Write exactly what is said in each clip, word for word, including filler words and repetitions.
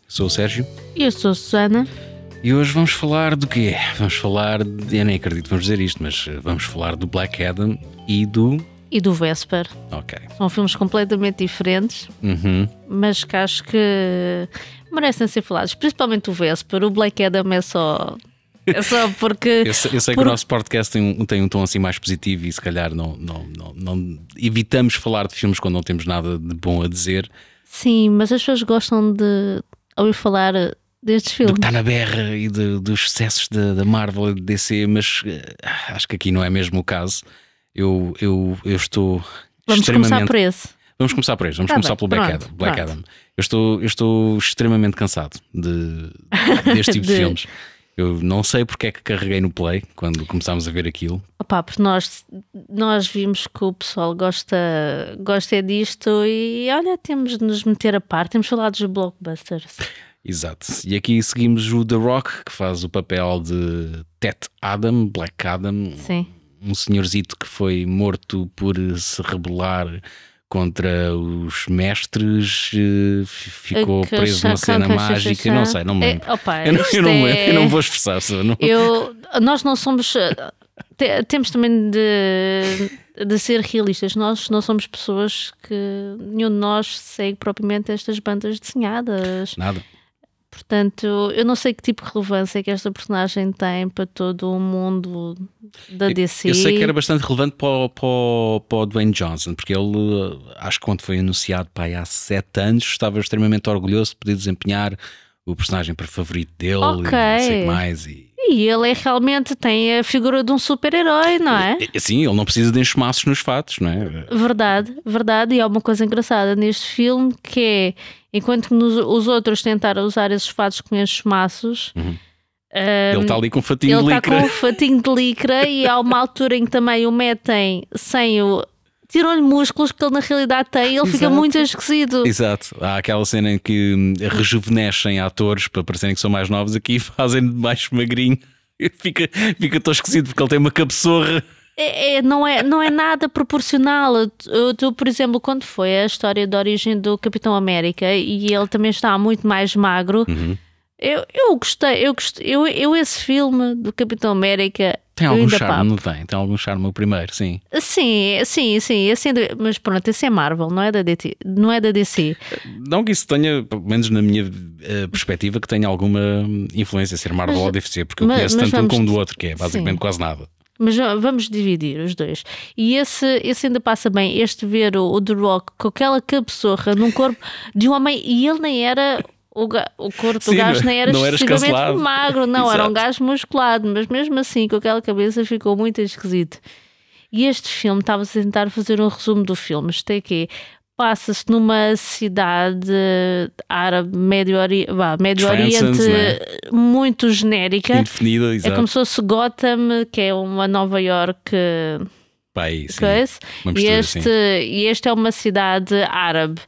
Sou o Sérgio. E eu sou a Susana. E hoje vamos falar do quê? Vamos falar, de, eu nem acredito que vamos dizer isto, mas vamos falar do Black Adam e do... E do Vesper. Ok. São filmes completamente diferentes, Uhum. mas que acho que merecem ser falados. Principalmente o Vesper. O Black Adam é só... É só porque... Eu sei, eu sei por... que o nosso podcast tem um, tem um tom assim mais positivo e se calhar não, não, não, não evitamos falar de filmes quando não temos nada de bom a dizer. Sim, mas as pessoas gostam de ouvir falar destes filmes. Do que está na berra e de, dos sucessos da, da Marvel e da D C, mas uh, acho que aqui não é mesmo o caso. Eu, eu, eu estou Vamos extremamente... começar por esse. Vamos começar por esse, vamos Tá começar bem, pelo Black, pronto, Adam. Black pronto. Adam. Eu estou, eu estou extremamente cansado de, deste tipo de... De- filmes. Eu não sei porque é que carreguei no play quando começámos a ver aquilo. Opa, porque nós, nós vimos que o pessoal gosta, gosta disto e olha, temos de nos meter a par, temos falado dos blockbusters. Exato. E aqui seguimos o The Rock, que faz o papel de Tet Adam, Black Adam, Sim. um senhorzito que foi morto por se rebelar contra os mestres, eh, ficou Que preso numa chá- cena chá- mágica, chá- não sei, não me lembro. É, opa, eu, não, isto eu, não me é- lembro, eu não vou esforçar, sabe? Não... Eu, nós não somos. te- Temos também de, de ser realistas. Nós não somos pessoas que. Nenhum de nós segue propriamente estas bandas desenhadas. Nada. Portanto, eu não sei que tipo de relevância é que esta personagem tem para todo o mundo da D C. Eu sei que era bastante relevante para o, para, o, para o Dwayne Johnson, porque ele, acho que quando foi anunciado pá, há sete anos, estava extremamente orgulhoso de poder desempenhar o personagem favorito dele Ok. e não sei o que mais. E... E ele é realmente tem a figura de um super-herói, não é? E- Sim, ele não precisa de enxumaços nos fatos, não é? Verdade, verdade. E há uma coisa engraçada neste filme que é, enquanto que nos, os outros tentaram usar esses fatos com esses maços, Uhum. hum, Ele está ali com um fatinho ele de está licra. com um fatinho de licra e há uma altura em que também o metem sem o... Tiram-lhe músculos que ele na realidade tem e ele fica Exato. muito esquisito. Exato, há aquela cena em que hum, rejuvenescem atores para parecerem que são mais novos, aqui e fazem de mais magrinho. Fica, fica tão esquisito porque ele tem uma cabeçorra. É, é, não, é, não é nada proporcional. Tu, tu, por exemplo, quando foi a história da origem do Capitão América e ele também está muito mais magro, Uhum. eu, eu gostei, eu gostei, eu, eu esse filme do Capitão América Tem eu algum ainda charme, papo. não tem? Tem algum charme o primeiro, sim. Sim, sim, sim, esse ainda- mas pronto, esse é Marvel, não é da D C, não é da D C. Não que isso tenha, pelo menos na minha eh, perspectiva, que tenha alguma influência ser Marvel Mas- ou D C, porque eu mas- conheço mas tanto um vamos- como do outro, que é basicamente Sim. quase nada. Mas va- vamos dividir os dois. E esse, esse ainda passa bem, este ver o, o The Rock com aquela cabeçorra num corpo de um homem e ele nem era. O, ga- o corpo Sim, do gajo nem era não era excessivamente escancelado. magro, não, era um Exato. gajo musculado, mas mesmo assim, com aquela cabeça, ficou muito esquisito. E este filme, estava a tentar fazer um resumo do filme. Isto é que passa-se numa cidade árabe, Médio, Ori... vá, Médio Transcends, Oriente, né? muito genérica. Indefinida, É exato. como se fosse Gotham, que é uma Nova York. Pá, aí, sim. Coisa. Uma E mistura, este, sim. e este é uma cidade árabe.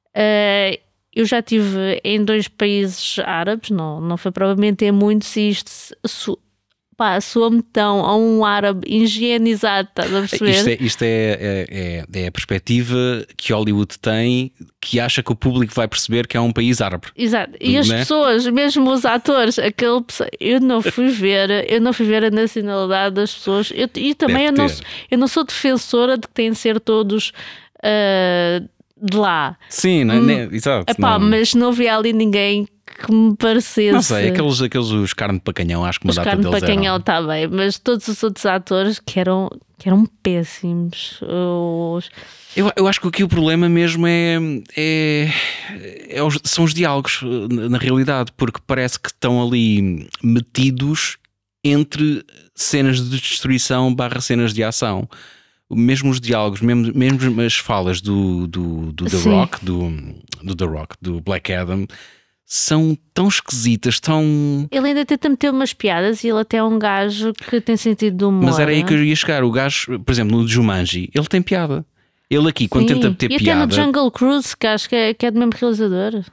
Eh, eu já estive em dois países árabes, não, não foi provavelmente em muitos, e isto su- pá, soa-me tão a um árabe higienizado, estás a perceber? Isto, é, isto é, é, é- é a perspectiva que Hollywood tem, que acha que o público vai perceber que é um país árabe. Exato. E as Né? pessoas, mesmo os atores, aquele, pessoa- eu não fui ver, eu não fui ver a nacionalidade das pessoas. Eu, e também eu Deve não, ter. sou- eu não sou defensora de que têm de ser todos ah, de lá. Sim, não é? Né? Exato. Hum. Epá, não, mas não havia ali ninguém que me parecesse. não sei, aqueles, aqueles os carne de pacanhão, acho que uma Os data carne deles para canhão eram. está bem, mas todos os outros atores que eram, que eram péssimos. Os... Eu, eu acho que aqui o problema mesmo é, é, é os- são os diálogos, na, na realidade, porque parece que estão ali metidos entre cenas de destruição barra cenas de ação. Mesmo os diálogos, mesmo, mesmo as falas do, do, do The Sim. Rock, do, do The Rock, do Black Adam, são tão esquisitas, tão. Ele ainda tenta meter umas piadas e ele até é um gajo que tem sentido de humor. Mas era aí que eu ia chegar. O gajo, por exemplo, no Jumanji, ele tem piada. Ele aqui, quando Sim. tenta meter e até piada. no Jungle Cruise, que acho que é, que é do mesmo realizador.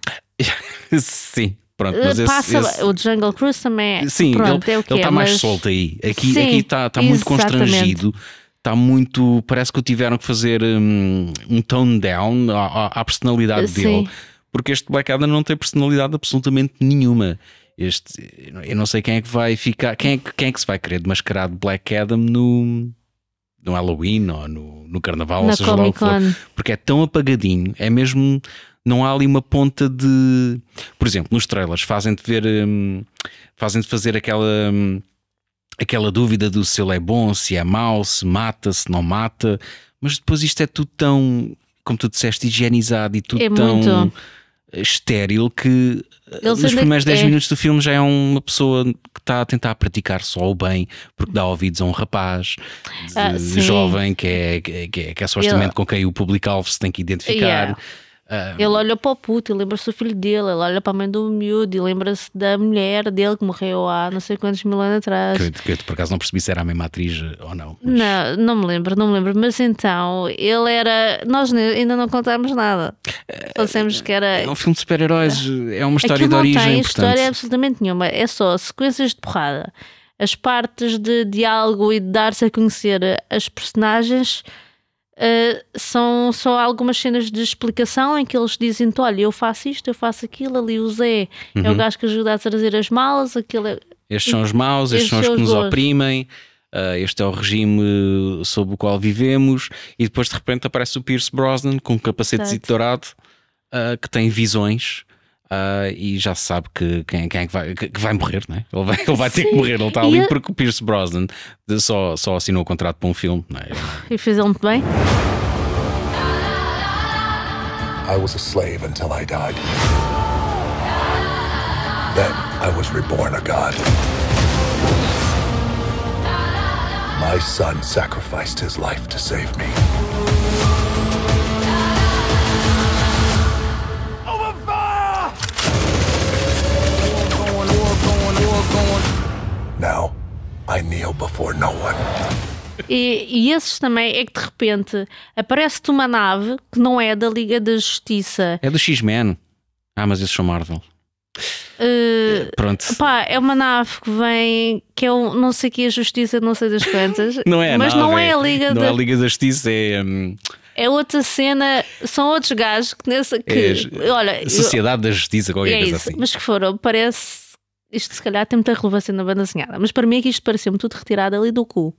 Sim, pronto, mas esse, Passa, esse- O Jungle Cruise também é. Sim, pronto, ele é o que ele é, está mais mas- solto aí. Aqui Sim, aqui está está muito exatamente. constrangido. Está muito. Parece que o tiveram que fazer hum, um tone down à, à- à personalidade Sim. dele. porque este Black Adam não tem personalidade absolutamente nenhuma. Este, eu não sei quem é que vai ficar, quem é que, quem é que se vai querer desmascarar de Black Adam no, no Halloween ou no, no Carnaval, Na ou seja lá o que for, porque é tão apagadinho, é mesmo, não há ali uma ponta de, por exemplo, nos trailers fazem-te ver, hum, fazem-te fazer aquela, hum, aquela dúvida do se ele é bom, se é mau, se mata, se não mata, mas depois isto é tudo tão, como tu disseste, higienizado e tudo é tão muito estéril que Ele nos primeiros dez é. minutos do filme já é uma pessoa que está a tentar praticar só o bem porque dá ouvidos a um rapaz de, Ah, de jovem que é, que é, que é, que é supostamente Ele... com quem o público-alvo se tem que identificar. Yeah. Uh, ele olha para o puto e lembra-se do filho dele, ele olha para a mãe do miúdo e lembra-se da mulher dele que morreu há não sei quantos mil anos atrás. Que, que eu por acaso não percebi se era a mesma atriz ou não. Mas... Não, não me lembro, não me lembro. Mas então, ele era. Nós ainda não contámos nada. Só dissemos que era. É um filme de super-heróis, é uma história Aquilo de origem. Não tem portanto... história absolutamente nenhuma, é só sequências de porrada. As partes de diálogo e de dar-se a conhecer as personagens. Uh, são só algumas cenas de explicação em que eles dizem: olha, eu faço isto, eu faço aquilo, ali o Zé uhum. é o gajo que ajuda a trazer as malas, aquele... estes são os maus, estes, estes são os que nos dois. oprimem, uh, este é o regime sob o qual vivemos, e depois de repente aparece o Pierce Brosnan com um capacete dourado uh, que tem visões. Uh, e já se sabe que quem, quem é que vai, que vai morrer, né? Ele vai, ele vai ter que morrer. Ele está ali a... porque o Pierce Brosnan só, só assinou o contrato para um filme, não é? E fez ele muito bem. I was a slave until I died. Then I was reborn a god. My son sacrificed his life to save me. Now, I kneel before no one. E, e esses também é que de repente aparece-te uma nave que não é da Liga da Justiça. É do X-Men. Ah, mas esses são Marvel. Uh, Pronto. Pá, é uma nave que vem, que é um não sei que a Justiça, não sei das quantas. Não é, mas nave, não é a Liga não da... é a Liga da Justiça, é. Um... É outra cena, são outros gajos que nessa. Que, é, olha, Sociedade eu, da Justiça, qualquer é coisa isso, assim. Mas que foram, parece. Isto se calhar tem muita relevância na banda desenhada, mas para mim é que isto pareceu-me tudo retirado ali do cu.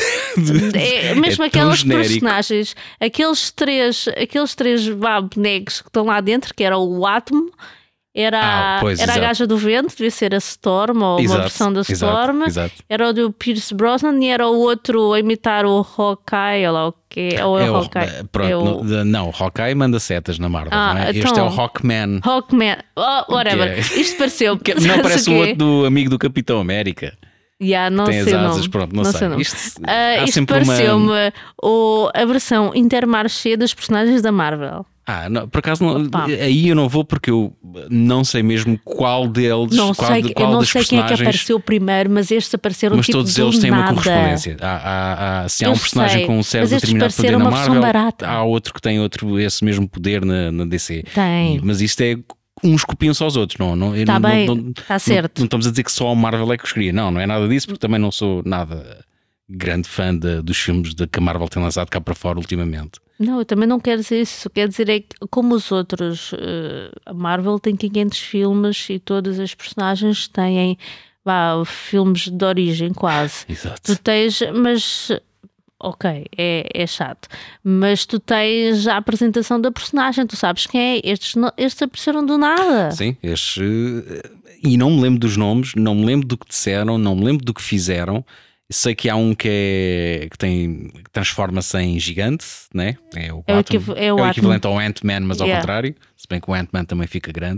é, mesmo é aquelas genérico. personagens, aqueles três, aqueles três vá, bonecos que estão lá dentro, que era o Atom, era, ah, pois, era a gaja do vento, devia ser a Storm ou exato, uma versão da Storm, exato, exato. Era o do Pierce Brosnan e era o outro a imitar o Hawkeye, ou lá o que ou é o Hawkeye. Pronto, é o... Não, não, o Hawkeye manda setas na Marvel, ah, não é? então, este é o Hawkman. Hawkman, oh, whatever. É... Isto pareceu. Não parece o outro do amigo do Capitão América. Yeah, não tem sei as asas, nome. pronto, não, não sei. sei Isto, uh, isto pareceu-me uma... a versão Intermarché dos personagens da Marvel. Ah, não, por acaso não, aí eu não vou porque eu não sei mesmo qual deles, não qual, sei, qual eu não das sei quem é que apareceu primeiro, mas estes apareceram mas tipo todos eles têm nada. uma correspondência. Há, há, há, se há eu um personagem sei, com um certo determinado poder na Marvel, há outro que tem outro, esse mesmo poder na, na D C. Tem. E, mas isto é uns copiam-se aos outros, não, não, Está não, bem, não, está certo. Não, não estamos a dizer que só a Marvel é que os cria, não, não é nada disso, porque também não sou nada grande fã de, dos filmes de, que a Marvel tem lançado cá para fora ultimamente. Não, eu também não quero dizer isso. Quer dizer é que, como os outros, uh, a Marvel tem quinhentos filmes e todas as personagens têm vá, filmes de origem quase. Exato. Tu tens, mas ok, é, é chato, mas tu tens a apresentação da personagem, tu sabes quem é. Estes, estes apareceram do nada. Sim, estes, e não me lembro dos nomes, não me lembro do que disseram, não me lembro do que fizeram. Sei que há um que, é, que tem que transforma-se em gigante, né? É o, é o, Atom, é o, é o equivalente ao Ant-Man, mas ao yeah. contrário. Se bem que o Ant-Man também fica grande.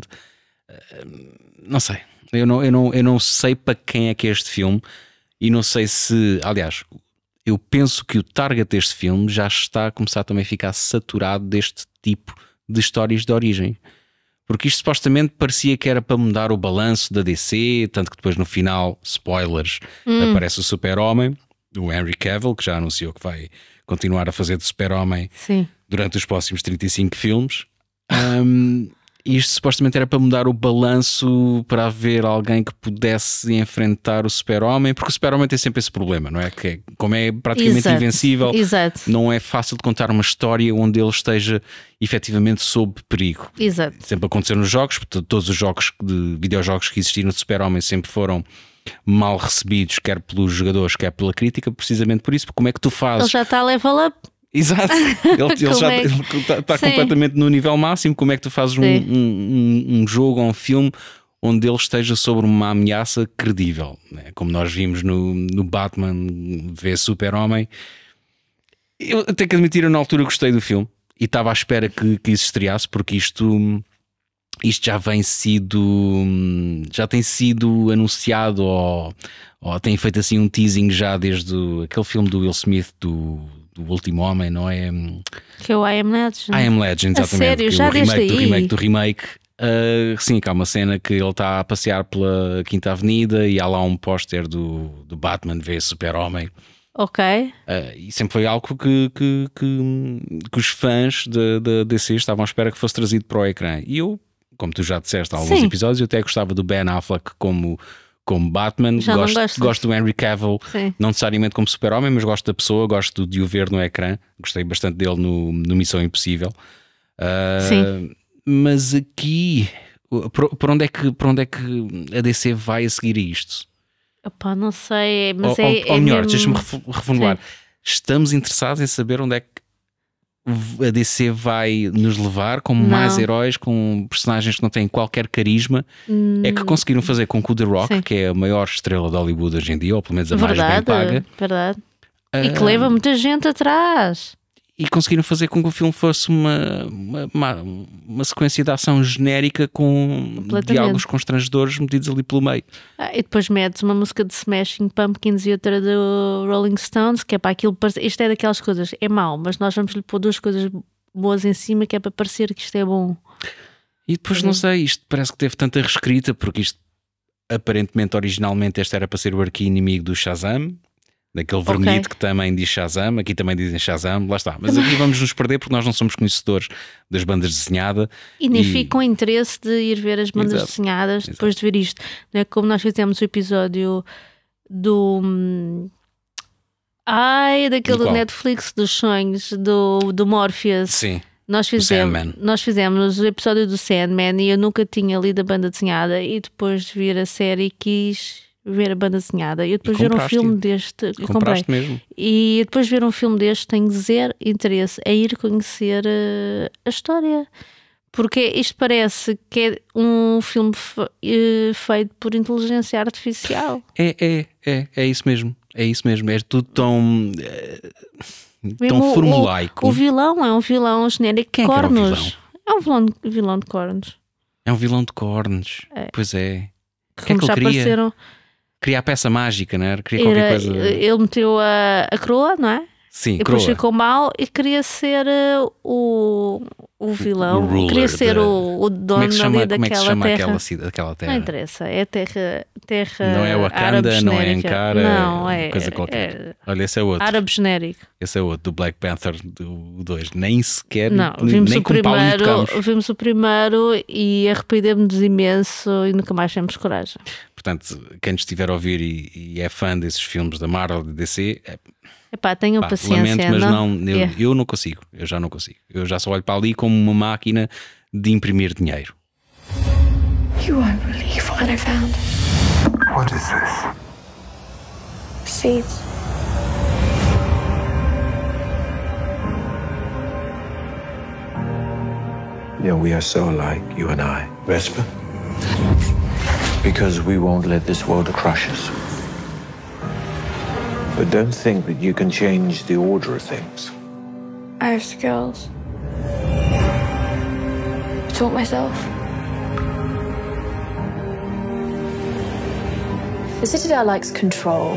Uh, não sei. Eu não, eu, não, eu não sei para quem é que é este filme. E não sei se... Aliás, eu penso que o target deste filme já está a começar também a ficar saturado deste tipo de histórias de origem. Porque isto supostamente parecia que era para mudar o balanço da D C, tanto que depois no final, spoilers, hum. aparece o Super-Homem, o Henry Cavill, que já anunciou que vai continuar a fazer de Super-Homem durante os próximos trinta e cinco filmes. Um, isto supostamente era para mudar o balanço, para haver alguém que pudesse enfrentar o Super-Homem, porque o Super-Homem tem sempre esse problema, não é? Que é, como é praticamente Exato. invencível, Exato. não é fácil de contar uma história onde ele esteja efetivamente sob perigo. Exato. Sempre aconteceu nos jogos, porque todos os jogos de videojogos que existiram de Super-Homem sempre foram mal recebidos, quer pelos jogadores, quer pela crítica, precisamente por isso. Porque como é que tu fazes? Ele já está a level up. Exato, ele, ele já é que... está, está completamente no nível máximo. Como é que tu fazes um, um, um, um jogo ou um filme onde ele esteja sobre uma ameaça credível, né? Como nós vimos no, no Batman v Super-Homem. Eu tenho que admitir, eu na altura gostei do filme e estava à espera que, que isso estreasse, porque isto, isto já vem sido já tem sido anunciado ou, ou tem feito assim um teasing já desde o, aquele filme do Will Smith do do Último Homem, não é? Que é o I Am Legend. I Am Legend, exatamente. A sério, já o remake desde do aí? remake do remake. Uh, sim, que há uma cena que ele está a passear pela Quinta Avenida e há lá um póster do, do Batman v Super-Homem. Ok. Uh, e sempre foi algo que, que, que, que os fãs da D C estavam à espera que fosse trazido para o ecrã. E eu, como tu já disseste há alguns Sim. episódios, eu até gostava do Ben Affleck como como Batman, Já gosto, gosto do Henry Cavill, Sim. não necessariamente como Super-Homem, mas gosto da pessoa, gosto de o ver no ecrã, gostei bastante dele no, no Missão Impossível. Uh, Sim. Mas aqui, por, por, onde é que, por onde é que a D C vai a seguir isto? Opa, não sei, mas ou, é, ou, é ou melhor, mesmo... deixa-me reformular. Sim. Estamos interessados em saber onde é que a D C vai nos levar, com não. mais heróis, com personagens que não têm qualquer carisma. Hum. É que conseguiram fazer com que o The Rock, Sim. que é a maior estrela de Hollywood hoje em dia, ou pelo menos a verdade, mais bem paga, verdade. Uh, e que leva muita gente atrás. E conseguiram fazer com que o filme fosse uma, uma, uma, uma sequência de ação genérica com diálogos constrangedores metidos ali pelo meio. Ah, e depois metes uma música de Smashing Pumpkins e outra do Rolling Stones, que é para aquilo parecer. Isto é daquelas coisas, é mau, mas nós vamos lhe pôr duas coisas boas em cima, que é para parecer que isto é bom. E depois, não sei, isto parece que teve tanta reescrita, porque isto aparentemente, originalmente, este era para ser o arqui-inimigo do Shazam. Daquele vermelhito okay. que também diz Shazam, aqui também dizem Shazam, lá está. Mas aqui vamos nos perder porque nós não somos conhecedores das bandas desenhadas. E nem e... fico com interesse de ir ver as bandas Exato. desenhadas Exato. depois de ver isto. Não é como nós fizemos o episódio do... Ai, daquele do Netflix dos sonhos, do, do Morpheus. Sim. Nós fizemos, nós fizemos o episódio do Sandman e eu nunca tinha lido a banda desenhada e depois de ver a série quis... ver a banda desenhada e depois ver um filme deste eu comprei. Mesmo. E depois ver um filme deste tenho zero interesse em ir conhecer uh, a história, porque isto parece que é um filme fe uh, feito por inteligência artificial. É, é, é, é isso mesmo, é isso mesmo, é tudo tão uh, tão o, formulaico. O, o vilão é um vilão genérico de cornos. É um vilão, vilão de cornos. É um vilão de cornos, é. Pois é. O que é que ele já queria? Apareceram... Queria a peça mágica, não era? Queria qualquer Era, coisa. Ele meteu a, a coroa, não é? Sim, e depois coroa. ficou mal e queria ser uh, o, o vilão. O queria ser da... o, o dono como é que chama, ali como é que se daquela chama terra. aquela, cidade, aquela terra. Não interessa, é terra, terra não é Wakanda, não é Ankara, não, é coisa qualquer. É, olha, esse é outro. Árabe genérico. Esse é outro, do Black Panther do dois. Nem sequer. Não, vimos, nem o primeiro, vimos o primeiro e arrependemos-nos imenso e nunca mais temos coragem. Portanto, quem nos estiver a ouvir e, e é fã desses filmes da Marvel e da D C, é, epá, tenham pá, paciência. Lamento, mas não, não eu, yeah. eu não consigo. Eu já não consigo. Eu já só olho para ali como uma máquina de imprimir dinheiro. You won't believe what I found. What is this? Seeds. Yeah, we are so alike, you and I. Vesper? Because we won't let this world crush us. But don't think that you can change the order of things. I have skills. I taught myself. The Citadel likes control.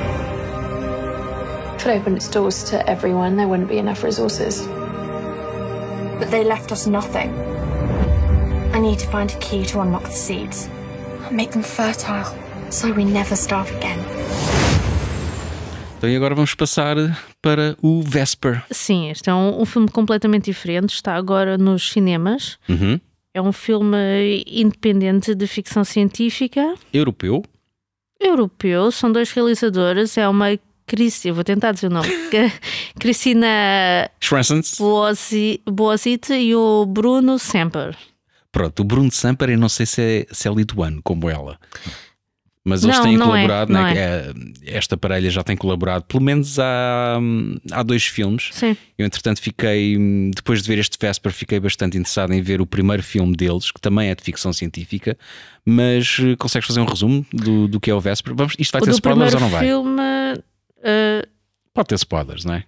If it opened its doors to everyone, there wouldn't be enough resources. But they left us nothing. I need to find a key to unlock the seeds. I'll make them fertile, so we never starve again. Então e agora vamos passar para o Vesper. Sim, este é um, um filme completamente diferente. Está agora nos cinemas. Uhum. É um filme independente de ficção científica. Europeu? Europeu. São dois realizadores. É uma Cristina, vou tentar dizer o nome. Cristina Boazit e o Bruno Semper. Pronto, o Bruno Semper, eu não sei se é, se é lituano, como ela. Mas eles não, têm não colaborado, é, não né? é. Esta parelha já tem colaborado, pelo menos há, há dois filmes. Sim. Eu, entretanto, fiquei, depois de ver este Vesper, fiquei bastante interessado em ver o primeiro filme deles, que também é de ficção científica. Mas consegues fazer um resumo do, do que é o Vesper? Vamos, isto vai ter spoilers ou não vai? Filme, uh... Pode ter spoilers, não é?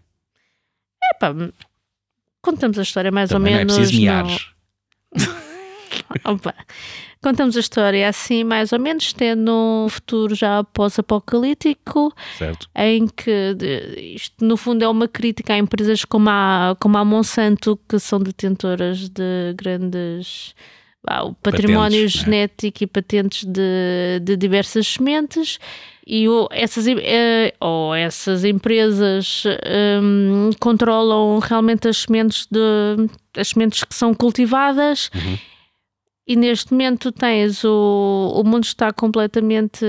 É pá, contamos a história mais também ou menos. Não é preciso miares. No... Opa. Contamos a história assim, mais ou menos, tendo um futuro já pós-apocalíptico, certo. Em que isto no fundo é uma crítica a empresas como a, como a Monsanto, que são detentoras de grandes ah, o património patentes, genético, né? E patentes de, de diversas sementes. E o, essas, eh, ou essas empresas um, controlam realmente as sementes, de, as sementes que são cultivadas. Uhum. E neste momento tens o, o mundo está completamente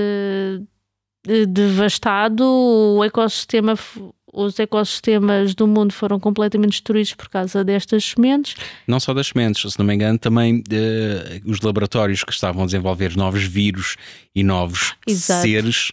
de, devastado, o ecossistema, os ecossistemas do mundo foram completamente destruídos por causa destas sementes. Não só das sementes, se não me engano, também uh, os laboratórios que estavam a desenvolver novos vírus e novos Exato. seres.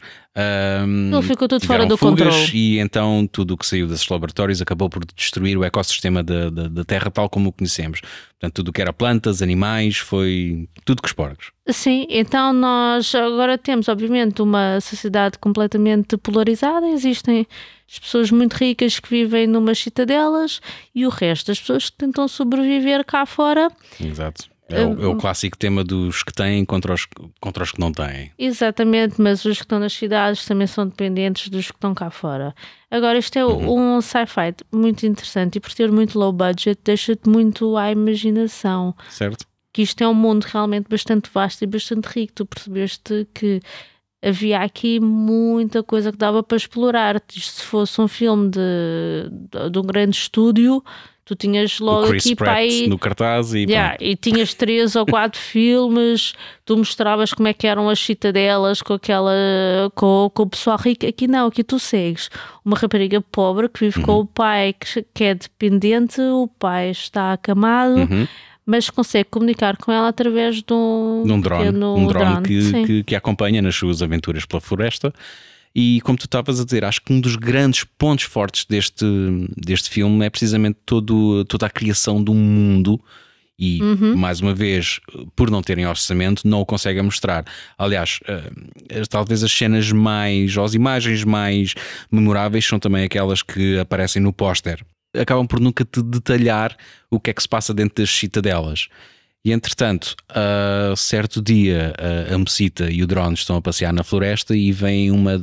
Um, Ele ficou tudo fora do fugas, controle. E então tudo o que saiu desses laboratórios acabou por destruir o ecossistema da, da, da Terra tal como o conhecemos. Portanto, tudo o que era plantas, animais, foi tudo que os porcos. Sim, então nós agora temos obviamente uma sociedade completamente polarizada. Existem as pessoas muito ricas que vivem numas citadelas e o resto das pessoas que tentam sobreviver cá fora. Exato. É o, é o clássico tema dos que têm contra os, contra os que não têm. Exatamente, mas os que estão nas cidades também são dependentes dos que estão cá fora. Agora, isto é uhum. um sci-fi muito interessante e por ter muito low budget deixa-te muito à imaginação. Certo. Que isto é um mundo realmente bastante vasto e bastante rico. Tu percebeste que havia aqui muita coisa que dava para explorar. Isto, se fosse um filme de, de, de um grande estúdio, tu tinhas logo o Chris aqui Pratt pai, no cartaz e, yeah, e tinhas três ou quatro filmes, tu mostravas como é que eram as citadelas com aquela com, com o pessoal rico. Aqui não, aqui tu segues uma rapariga pobre que vive uhum. com o pai que, que é dependente, o pai está acamado, uhum. mas consegue comunicar com ela através de um, de um drone, um drone, drone que, que, que a acompanha nas suas aventuras pela floresta. E como tu estavas a dizer, acho que um dos grandes pontos fortes deste, deste filme é precisamente todo, toda a criação de um mundo e, uhum. mais uma vez, por não terem orçamento, não o conseguem mostrar. Aliás, uh, talvez as cenas mais, ou as imagens mais memoráveis são também aquelas que aparecem no póster. Acabam por nunca te detalhar o que é que se passa dentro das citadelas. E entretanto, uh, certo dia, uh, a Mocita e o drone estão a passear na floresta e vem uma...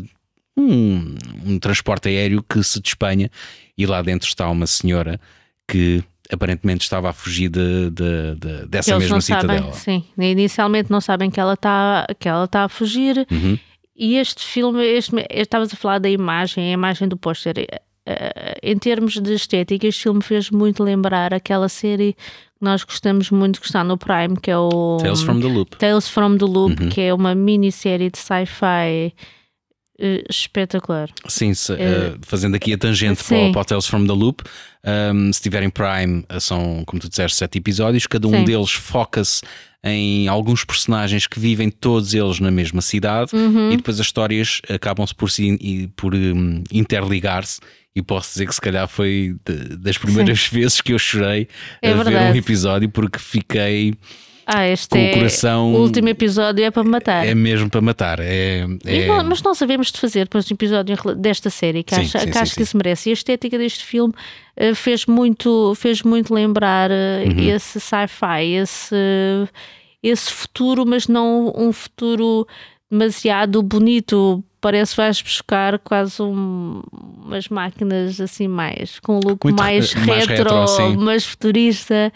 Um, um transporte aéreo que se despenha e lá dentro está uma senhora que aparentemente estava a fugir de, de, de, dessa Eles mesma não citadela. Sabem, sim, inicialmente não sabem que ela está que ela está a fugir. Uhum. E este filme, este, estavas a falar da imagem, a imagem do póster. Em termos de estética, este filme fez muito lembrar aquela série que nós gostamos muito, que está no Prime, que é o Tales from the Loop. Tales from the Loop, uhum. que é uma minissérie de sci-fi Uh, espetacular. Sim, se, uh, uh, fazendo aqui a tangente para, para o Tales from the Loop, um, se tiverem Prime, são, como tu disseste, sete episódios, cada um sim. deles foca-se em alguns personagens que vivem todos eles na mesma cidade uhum. e depois as histórias acabam-se por, si, por um, interligar-se. E posso dizer que se calhar foi de, das primeiras sim. vezes que eu chorei é a verdade. ver um episódio, porque fiquei... Ah, este com é o coração. O último episódio é para matar. É mesmo para matar. É, é... Não, mas nós sabemos de fazer depois um episódio desta série, que sim, acho, sim, que, acho sim, que isso merece. E a estética deste filme uh, fez, muito, fez muito lembrar uh, uhum. esse sci-fi, esse, esse futuro, mas não um futuro demasiado bonito. Parece que vais buscar quase um, umas máquinas assim mais, com um look muito, mais, mais retro, retro mais futurista.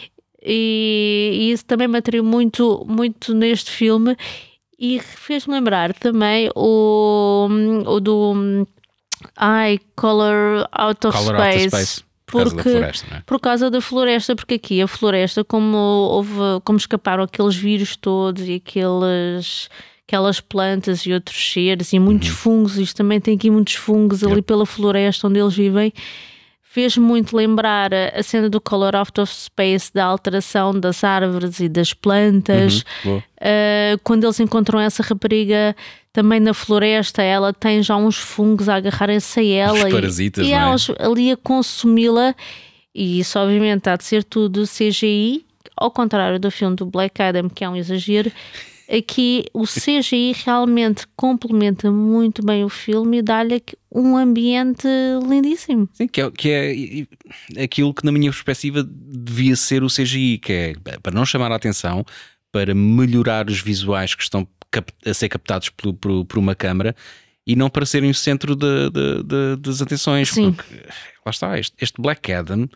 E, e isso também me atraiu muito, muito neste filme e fez-me lembrar também o, o do ai, Color Out of Color Space. Out of Space. Por causa porque, da floresta, não é? Por causa da floresta, porque aqui a floresta, como houve, como escaparam aqueles vírus todos e aqueles, aquelas plantas e outros seres e muitos uhum. fungos, isto também tem aqui muitos fungos yep. ali pela floresta onde eles vivem, fez muito lembrar a cena do Color Out of Space, da alteração das árvores e das plantas. Uhum. Uh, quando eles encontram essa rapariga também na floresta, ela tem já uns fungos a agarrarem-se a ela. Os parasitas, e, e não é? elas ali a consumi-la, e isso obviamente há de ser tudo C G I, ao contrário do filme do Black Adam, que é um exagero. Aqui o C G I realmente complementa muito bem o filme e dá-lhe um ambiente lindíssimo. Sim, que é, que é aquilo que na minha perspectiva devia ser o C G I, que é para não chamar a atenção, para melhorar os visuais que estão a ser captados por, por, por uma câmara e não para serem o centro de, de, de, das atenções. Sim. Porque, lá está, este, este Black Adam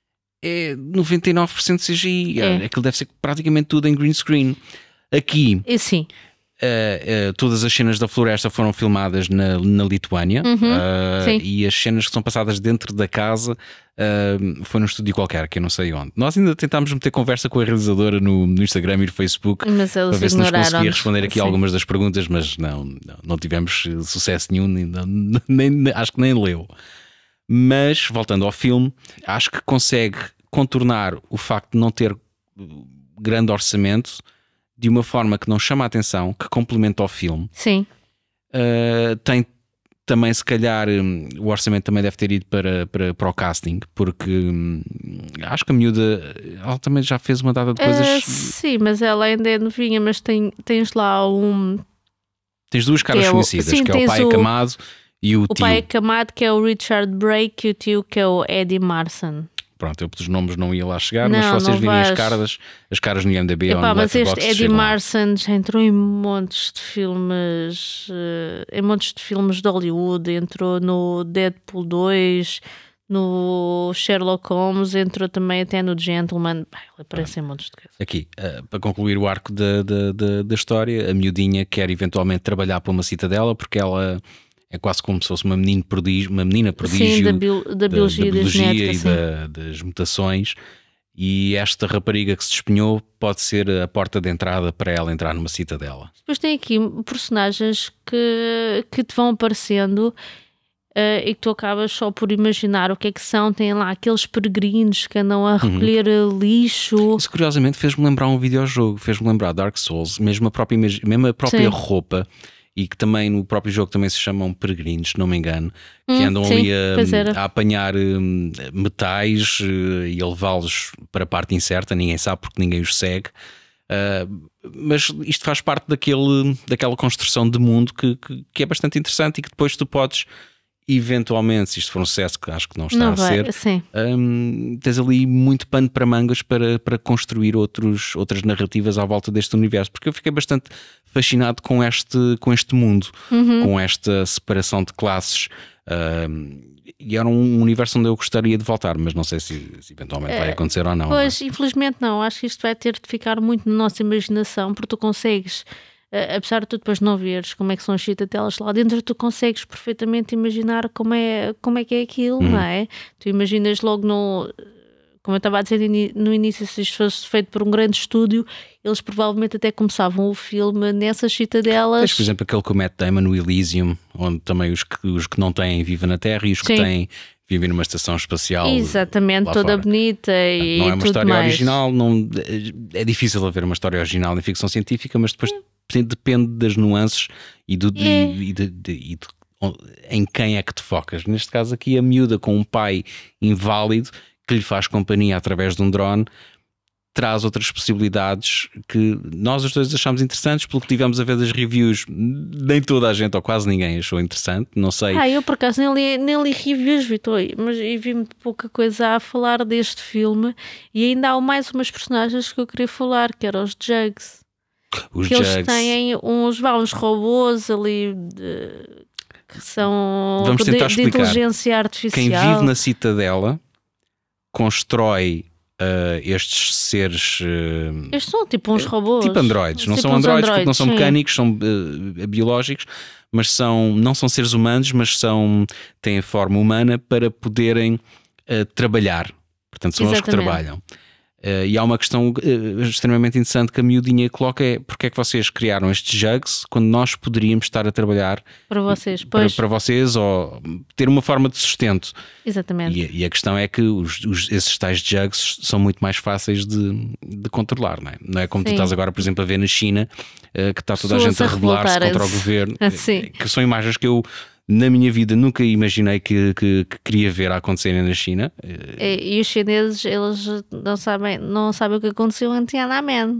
é noventa e nove por cento C G I, é. Aquilo deve ser praticamente tudo em green screen. Aqui, e sim. Uh, uh, todas as cenas da floresta foram filmadas na, na Lituânia, uhum, uh, e as cenas que são passadas dentro da casa uh, foi num estúdio qualquer, que eu não sei onde. Nós ainda tentámos meter conversa com a realizadora no, no Instagram e no Facebook para ver se nos conseguia responder aqui sim. algumas das perguntas, mas não, não, não tivemos sucesso nenhum, nem, nem, nem, acho que nem leu. Mas, voltando ao filme, acho que consegue contornar o facto de não ter grande orçamento de uma forma que não chama a atenção, que complementa o filme. Sim. Uh, tem também, se calhar, um, o orçamento também deve ter ido para, para, para o casting, porque um, acho que a miúda, ela também já fez uma data de coisas. Uh, sim, mas ela ainda é novinha, mas tem, tens lá um. Tens duas caras é o... conhecidas, sim, que é o pai o... acamado e o, o tio. O pai acamado, que é o Richard Brake, e o tio, que é o Eddie Marsan. Pronto, eu pelos nomes não ia lá chegar, não, mas se vocês virem vais... as caras, as caras no I M D B ou no mas Letterboxd, este Eddie Marsan já entrou em montes de filmes, uh, em montes de filmes de Hollywood, entrou no Deadpool dois, no Sherlock Holmes, entrou também até no Gentleman. Ele aparece ah. em montes de coisas. Aqui, uh, para concluir o arco da, da, da, da história, a miudinha quer eventualmente trabalhar para uma citadela, porque ela é quase como se fosse uma menina prodígio, uma menina prodígio sim, da, bio, da biologia, da, da biologia genética, e da, das mutações, e esta rapariga que se despenhou pode ser a porta de entrada para ela entrar numa citadela. Depois tem aqui personagens que, que te vão aparecendo uh, e que tu acabas só por imaginar o que é que são. Tem lá aqueles peregrinos que andam a recolher uhum. lixo. Isso curiosamente fez-me lembrar um videojogo, fez-me lembrar Dark Souls, mesmo a própria, mesmo a própria roupa. E que também no próprio jogo também se chamam peregrinos, se não me engano, que hum, andam sim, ali a, a apanhar um, metais uh, e a levá-los para a parte incerta, ninguém sabe porque ninguém os segue. Uh, mas isto faz parte daquele, daquela construção de mundo que, que, que é bastante interessante e que depois tu podes, eventualmente, se isto for um sucesso, que acho que não está não a vai, ser, sim. Um, tens ali muito pano para mangas para, para construir outros, outras narrativas à volta deste universo, porque eu fiquei bastante fascinado com este, com este mundo, uhum. com esta separação de classes, um, e era um universo onde eu gostaria de voltar, mas não sei se, se eventualmente é, vai acontecer ou não. Pois, não é? Infelizmente não, acho que isto vai ter de ficar muito na nossa imaginação, porque tu consegues, uh, apesar de tu depois não veres como é que são as citadelas lá dentro, tu consegues perfeitamente imaginar como é, como é que é aquilo, uhum. não é? Tu imaginas logo no... Como eu estava a dizer no início, se isto fosse feito por um grande estúdio, eles provavelmente até começavam o filme nessas citadelas. Tens, por exemplo, aquele com o Matt Damon no Elysium, onde também os que, os que não têm vivem na Terra e os que Sim. têm vivem numa estação espacial. Exatamente, toda fora. bonita e não é uma tudo história mais. original, não, é difícil haver uma história original em ficção científica, mas depois é. depende das nuances e, do, é. e, de, de, e de, em quem é que te focas. Neste caso aqui a miúda com um pai inválido que lhe faz companhia através de um drone, traz outras possibilidades que nós os dois achamos interessantes, pelo que tivemos a ver das reviews, nem toda a gente ou quase ninguém achou interessante, não sei. Ah, eu por acaso nem li, nem li reviews, Vitor, mas vi muito pouca coisa a falar deste filme, e ainda há mais umas personagens que eu queria falar, que eram os Jugs. Os que Jugs. Eles têm uns, vá, uns robôs ali de, que são Vamos tentar de, de inteligência artificial. Quem vive na citadela constrói uh, estes seres. Uh, estes são tipo uns robôs. Tipo androides. Não tipo são androides, androides porque não são sim. mecânicos, são uh, biológicos, mas são, não são seres humanos, mas são, têm a forma humana para poderem uh, trabalhar. Portanto, são eles que Exatamente. trabalham. Uh, e há uma questão uh, extremamente interessante que a miudinha coloca: é porque é que vocês criaram estes jugs quando nós poderíamos estar a trabalhar Para vocês, para, pois. para vocês, ou ter uma forma de sustento. Exatamente. E, e a questão é que os, os, esses tais jugs são muito mais fáceis de, de controlar, não é? Não é como tu Sim. estás agora, por exemplo, a ver na China, uh, que está toda a Pessoas gente a a rebelar-se contra o revoltarem-se. governo, Sim. que são imagens que eu na minha vida nunca imaginei que, que, que queria ver acontecerem na China. E, e os chineses, eles não sabem, não sabem o que aconteceu em Tiananmen.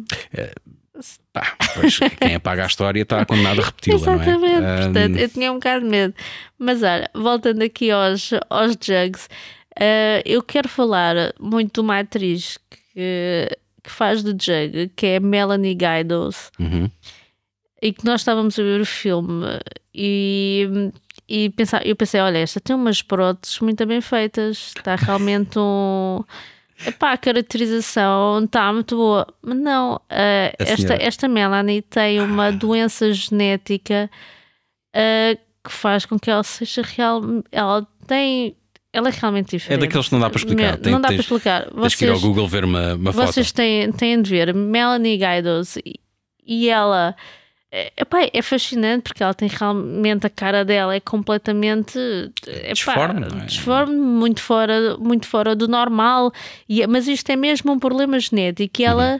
Pá, pois, quem apaga a história está condenado a repeti-la, não é? Exatamente, portanto, Um, eu tinha um bocado de medo. Mas olha, voltando aqui aos, aos jugs, uh, eu quero falar muito de uma atriz que, que faz de jug, que é Melanie Gaidos, uhum. e que nós estávamos a ver o filme e, e pensar, eu pensei, olha, esta tem umas próteses muito bem feitas, está realmente um... Epá, a caracterização está muito boa. Mas não, uh, esta, senhora. esta Melanie tem uma doença genética uh, que faz com que ela seja real. Ela tem. Ela é realmente É diferente. daqueles que não dá para explicar. Não, Tem- não dá tens- para explicar. Tens que ir ao Vocês, Google ver uma, uma foto. vocês têm, têm de ver Melanie Gaidos e, e ela. Epá, é fascinante porque ela tem realmente a cara dela é completamente epá, Disforme, não é? disforme, muito fora, muito fora do normal, e, mas isto é mesmo um problema genético e ela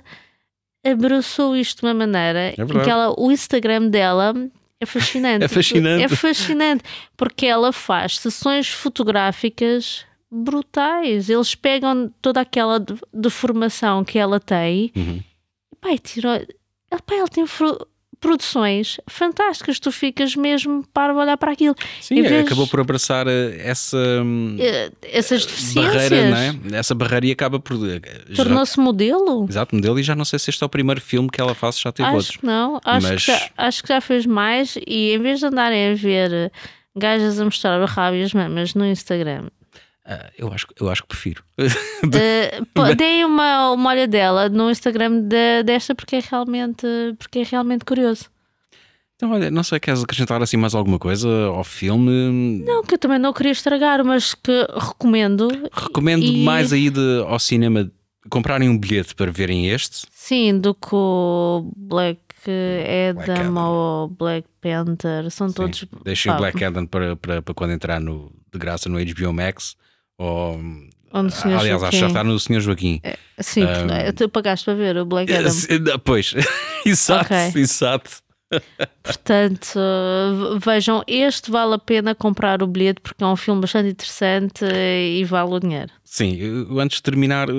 abraçou isto de uma maneira em verdade. que ela, o Instagram dela é fascinante. É fascinante. É fascinante porque ela faz sessões fotográficas brutais. Eles pegam toda aquela de- deformação que ela tem Uhum. epá, e tirou, epá, ela tem fru- produções fantásticas, tu ficas mesmo para olhar para aquilo. Sim, Em vez- acabou por abraçar eh, essa hum, Eh, Essas deficiências. barreira, não é? Essa barreira e acaba por. eh, já- Tornou-se modelo? Exato, modelo, e já não sei se este é o primeiro filme que ela faz, já teve Acho outros. que não. Acho, Mas- que já, acho que já fez mais e em vez de andarem a ver gajas a mostrar o rabo e as mamas no Instagram, Ah, eu, acho, eu acho que prefiro. eh, pô, deem uma, uma olha dela no Instagram de- desta porque é realmente, porque é realmente curioso. Então, olha, não sei, queres acrescentar assim mais alguma coisa ao filme? Não, que eu também não queria estragar, mas que recomendo. Recomendo E- mais a ida ao cinema, comprarem um bilhete para verem este. Sim, do que o Black Black Adam Adam. ou Black Panther, são todos. Sim, deixem pá, o Black Adam para, para, para quando entrar no, de graça no H B O Max. Ou, Onde o senhor aliás, acho que já Joaquim- está no senhor Joaquim. Sim, Um, tu pagaste para ver o Black Adam. Eh, Pois, exato, Ok. exato. Portanto, uh, vejam, este vale a pena comprar o bilhete porque é um filme bastante interessante e vale o dinheiro. Sim, eu, antes de terminar,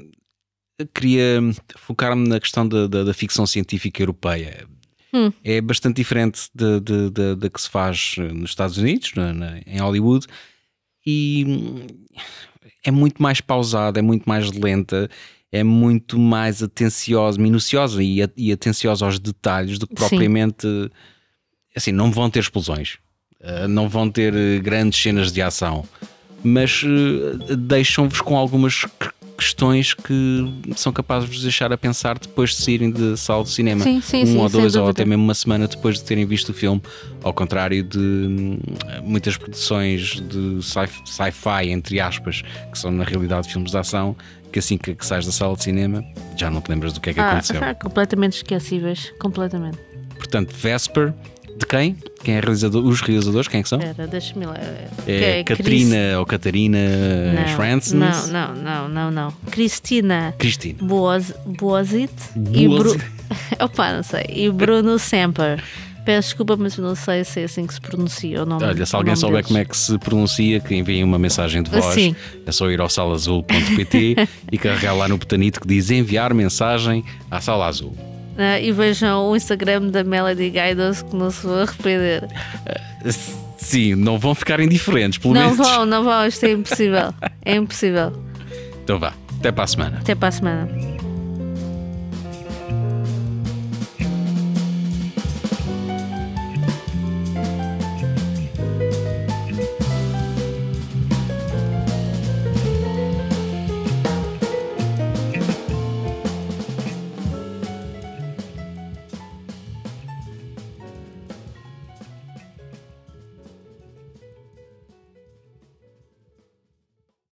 eu queria focar-me na questão da, da, da ficção científica europeia. Hum. É bastante diferente da da- da- da que se faz nos Estados Unidos, na- na- em Hollywood, e hum, é muito mais pausada, é muito mais lenta, é muito mais atenciosa, minuciosa e, a- e atenciosa aos detalhes do que Sim. propriamente. Assim, não vão ter explosões, eh, não vão ter eh, grandes cenas de ação, mas eh, deixam-vos com algumas que- questões que são capazes de vos deixar a pensar depois de saírem de sala de cinema. Sim, sim, um sim, ou sem dois, ou dúvida. até mesmo uma semana depois de terem visto o filme, ao contrário de hum, muitas produções de sci- sci-fi, entre aspas, que são na realidade filmes de ação, que assim que, que sais da sala de cinema já não te lembras do que é que Ah, aconteceu. completamente esquecíveis, completamente. Portanto, Vesper, de quem? Quem é realizador? Os realizadores, quem é que são? Espera, deixa-me lá. É Que Katrina ou Catarina Não, Schransson? Não, não, não, não, não. Cristina Cristina. Boaz, Boazit e Bru... Boazit. Opa, não sei. E Bruno Semper. Peço desculpa, mas eu não sei se é assim que se pronuncia o nome. Olha, se o alguém nome souber deles. como é que se pronuncia, que enviem uma mensagem de voz. Sim. É só ir ao salazul ponto pt e carregar lá no botanito que diz enviar mensagem à Sala Azul. Ah, e vejam o Instagram da Melody Gaidos, que não se vão arrepender. Sim, não vão ficar indiferentes, pelo Não menos. vão, não vão, isto é impossível. É impossível. Então vá, até para a semana. Até para a semana.